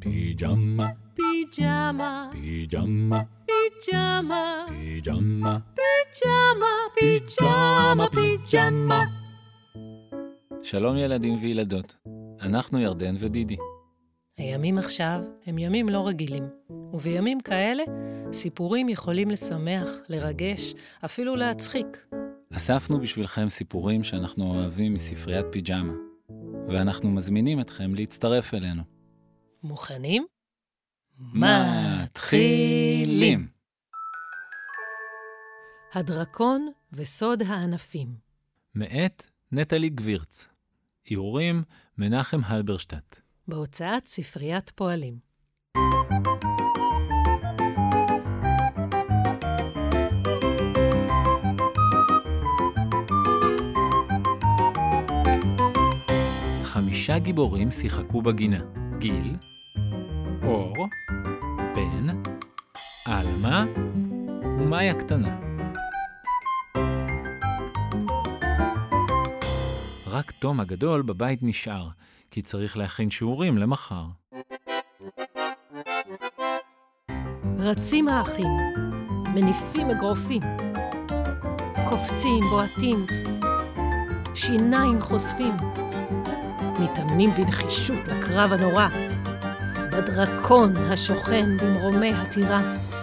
פיג'מה, פיג'מה, פיג'מה, פיג'מה, פיג'מה, פיג'מה, פיג'מה, פיג'מה. שלום ילדים וילדות, אנחנו ירדן ודידי. הימים עכשיו הם ימים לא רגילים, ובימים כאלה סיפורים יכולים לשמח, לרגש, אפילו להצחיק. אספנו בשבילכם סיפורים שאנחנו אוהבים מספריית פיג'מה, ואנחנו מזמינים אתכם להצטרף אלינו. מוכנים? מתחילים! הדרקון וסוד הענפים. מאת נטלי גבירץ. איורים מנחם הלברשטט. בהוצאת ספריית פועלים. חמישה גיבורים שיחקו בגינה. גיל, אור, בן, אלמה ומאיה קטנה. רק תום הגדול בבית נשאר, כי צריך להכין שיעורים למחר. רצים האחים, מניפים אגרופים, קופצים, בועטים, שיניים חושפים, מתאמנים בנחישות לקרב הנורא, בדרקון השוכן במרומי הטירה.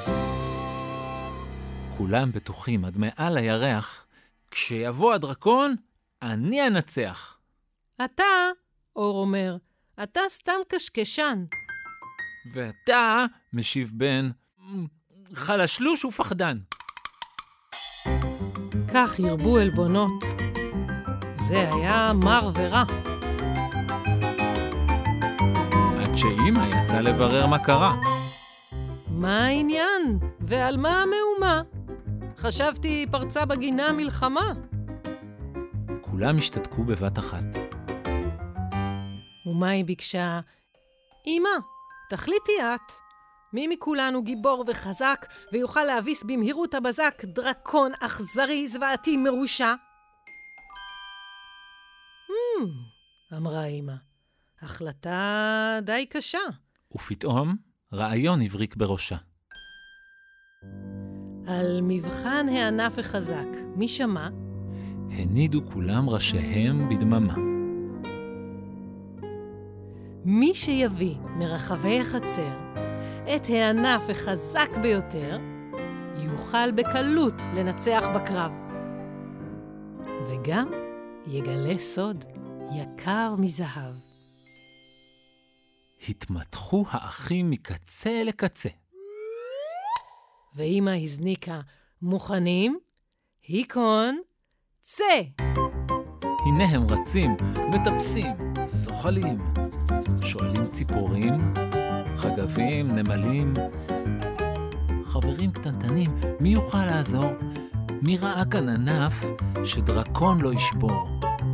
כולם בטוחים עד מעל הירח, כשיבוא הדרקון, אני אנצח. אתה, אור אומר, אתה סתם קשקשן. ואתה, משיב בן, חלשלוש ופחדן. כך הרבו אלבונות. זה היה מר ורע. עד שאמא יצא לברר מה קרה. מה העניין? ועל מה המהומה? חשבתי פרצה בגינה מלחמה. כולם השתתקו בבת אחת. ומה היא ביקשה? אמא, תחליטי את. מי מכולנו גיבור וחזק ויוכל להביס במהירות הבזק דרקון אכזרי זוועתי מרושע? אמרה אמא, החלטה די קשה. ופתאום רעיון הבריק בראשה. על מבחן הענף החזק, מי שמע? הנידו כולם ראשיהם בדממה. מי שיביא מרחבי החצר את הענף החזק ביותר, יוכל בקלות לנצח בקרב. וגם יגלה סוד יקר מזהב. התמתחו האחים מקצה לקצה. ואמא הזניקה, מוכנים? היכון, צא! הנה הם רצים, מטפסים, זוחלים, שואלים ציפורים, חגבים, נמלים. חברים קטנטנים, מי יוכל לעזור? מי ראה כאן ענף שדרקון לא ישבור?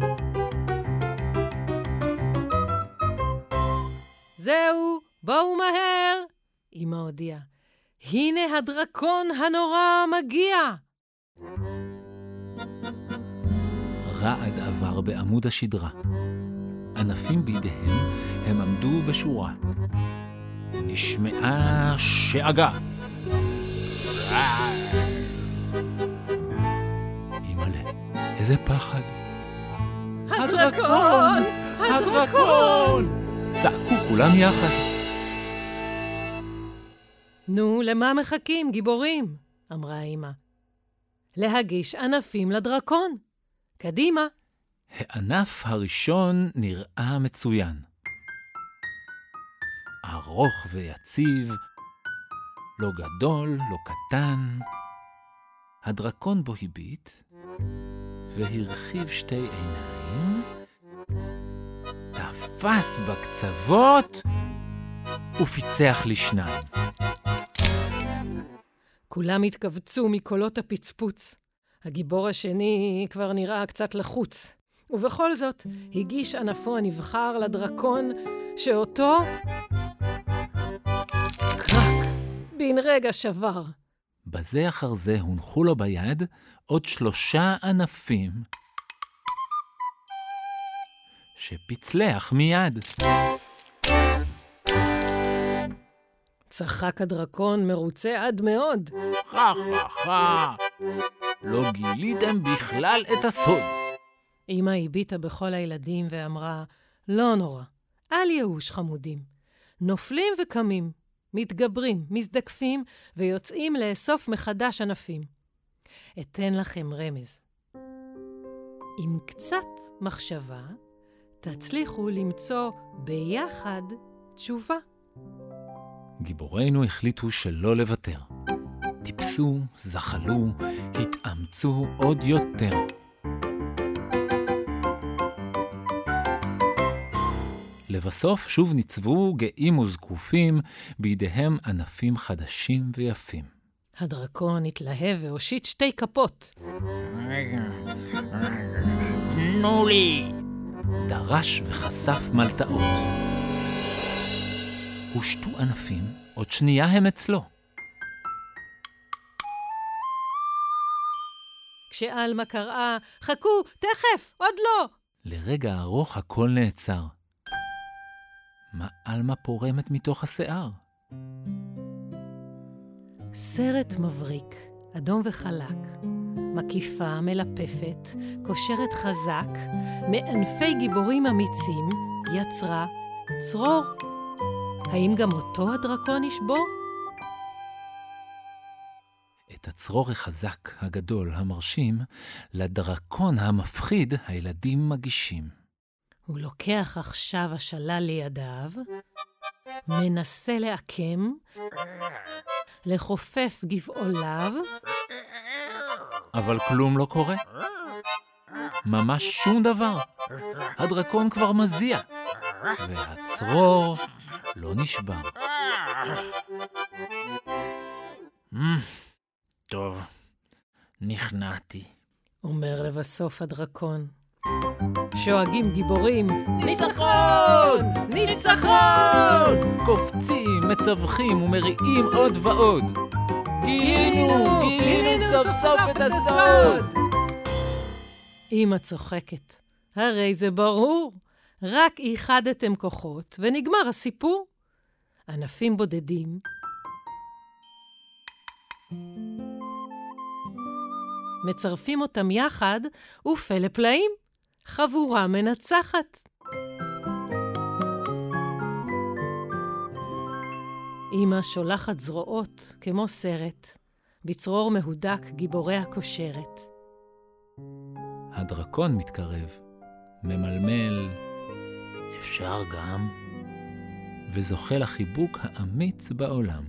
זהו, בואו מהר! אמא הודיעה. הנה הדרקון הנורא מגיע! רעד עבר בעמוד השדרה. ענפים בידיהם הם עמדו בשורה. נשמעה שאגה. אימא'לה, איזה פחד. הדרקון! הדרקון! צעקו כולם יחד. נו, למה מחכים, גיבורים? אמרה אמא. להגיש ענפים לדרקון. קדימה. הענף הראשון נראה מצוין. ארוך ויציב, לא גדול, לא קטן. הדרקון בו הביט, והרחיב שתי עיניים, תפס בקצוות, ופיצח לשניים. כולם התכווצו מקולות הפצפוץ. הגיבור השני כבר נראה קצת לחוץ. ובכל זאת, הגיש ענפו הנבחר לדרקון, שאותו קרק, בן רגע שבר. בזה אחר זה הונחו לו ביד עוד 3 ענפים, שפיצלח מיד. צחק הדרקון מרוצה עד מאוד. חה חה חה, לא גיליתם בכלל את הסוד. אמא הביטה בכל הילדים ואמרה, לא נורא, אל ייאוש חמודים. נופלים וקמים, מתגברים, מזדקפים ויוצאים לאסוף מחדש ענפים. אתן לכם רמז. עם קצת מחשבה, תצליחו למצוא ביחד תשובה. גיבורינו החליטו שלא לוותר. טיפסו, זחלו, התאמצו עוד יותר. לבסוף שוב ניצבו גאים וזקופים, בידיהם ענפים חדשים ויפים. הדרקון התלהב והושיט 2 כפות. תנו לי! דרש וחשף מלטאות. הושטו ענפים, עוד שנייה הם אצלו. כשאלמה קראה, חכו, תכף, עוד לא! לרגע ארוך הכל נעצר. מה אלמה פורמת מתוך השיער? סרט מבריק, אדום וחלק, מקיפה, מלפפת, קושרת חזק, מענפי גיבורים אמיצים, יצרה צרור. האם גם אותו הדרקון ישבור? את הצרור החזק, הגדול, המרשים, לדרקון המפחיד הילדים מגישים. הוא לוקח עכשיו השלל לידיו, מנסה לעקם, לחופף גבעוליו, אבל כלום לא קורה. ממש שום דבר. הדרקון כבר מזיע, והצרור לא נשבר. טוב, נכנעתי. אומר לבסוף הדרקון. שואגים גיבורים, ניצחון! ניצחון! קופצים, מצווחים ומריעים עוד ועוד. גילינו סוף סוף את הסוד! אמא צוחקת. הרי זה ברור. רק איחדתם כוחות ונגמר הסיפור. ענפים בודדים. מצרפים אותם יחד ופלא פלאים. חבורה מנצחת. אמא שולחת זרועות כמו סרט, בצרור מהודק גיבורי הקושרת. הדרקון מתקרב, ממלמל, אפשר גם, וזוכה לחיבוק האמיץ בעולם.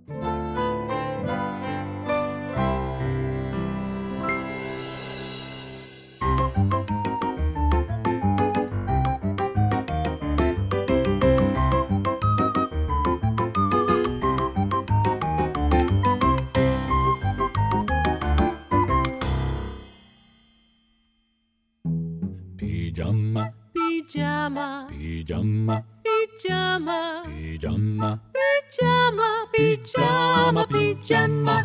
Pijama, פיג'מה, pijama, פיג'מה, pijama, פיג'מה, pijama, pijama.